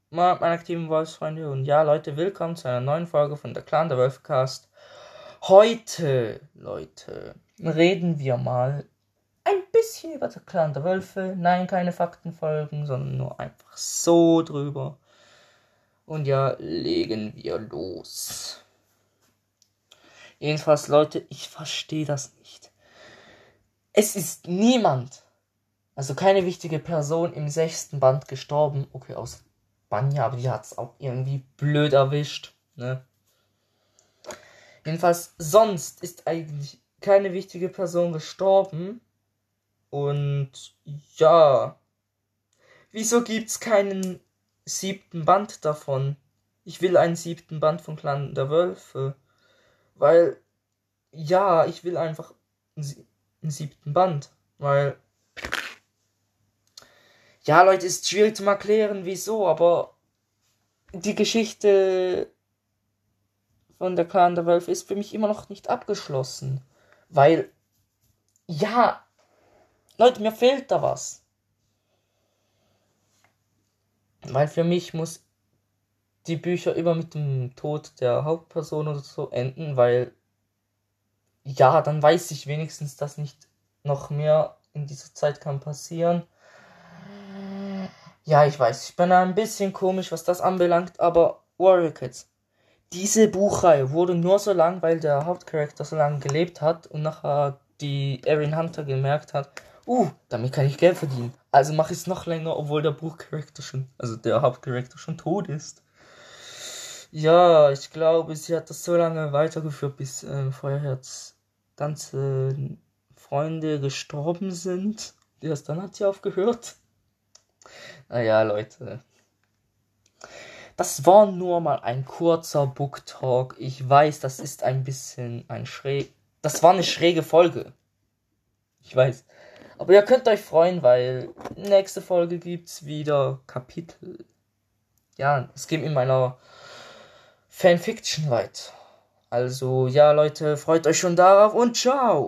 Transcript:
meine aktiven Wolfsfreunde. Und ja, Leute, willkommen zu einer neuen Folge von der Clan der Wölfe-Cast. Heute, Leute, reden wir mal ein bisschen über den Clan der Wölfe. Nein, keine Faktenfolgen, sondern nur einfach so drüber. Und ja, legen wir los. Jedenfalls, Leute, ich verstehe das nicht. Es ist niemand, also keine wichtige Person im 6. Band gestorben. Okay, außer Banja, aber die hat es auch irgendwie blöd erwischt, ne? Jedenfalls, sonst ist eigentlich keine wichtige Person gestorben. Und ja, wieso gibt's keinen 7. Band davon? Ich will einen 7. Band von Clan der Wölfe. Weil, ja, ich will einfach einen 7. Band. Weil, ja, Leute, ist schwierig zu erklären, wieso, aber die Geschichte von der Clan der Wölfe ist für mich immer noch nicht abgeschlossen. Weil, ja, Leute, mir fehlt da was. Weil für mich muss die Bücher immer mit dem Tod der Hauptperson oder so enden, weil, ja, dann weiß ich wenigstens, dass nicht noch mehr in dieser Zeit kann passieren. Ja, ich weiß, ich bin ein bisschen komisch, was das anbelangt, aber Warrior Kids. Diese Buchreihe wurde nur so lang, weil der Hauptcharakter so lange gelebt hat und nachher die Erin Hunter gemerkt hat, damit kann ich Geld verdienen. Also mache ich es noch länger, obwohl der Buchcharakter schon, also der Hauptcharakter schon tot ist. Ja, ich glaube, sie hat das so lange weitergeführt, bis Feuerherz ganze Freunde gestorben sind. Erst dann hat sie aufgehört. Naja, Leute. Das war nur mal ein kurzer Book Talk. Ich weiß, das ist ein bisschen das war eine schräge Folge. Ich weiß. Aber ihr könnt euch freuen, weil nächste Folge gibt's wieder Kapitel. Ja, es geht in meiner Fanfiction weiter. Also, ja, Leute, freut euch schon darauf und ciao!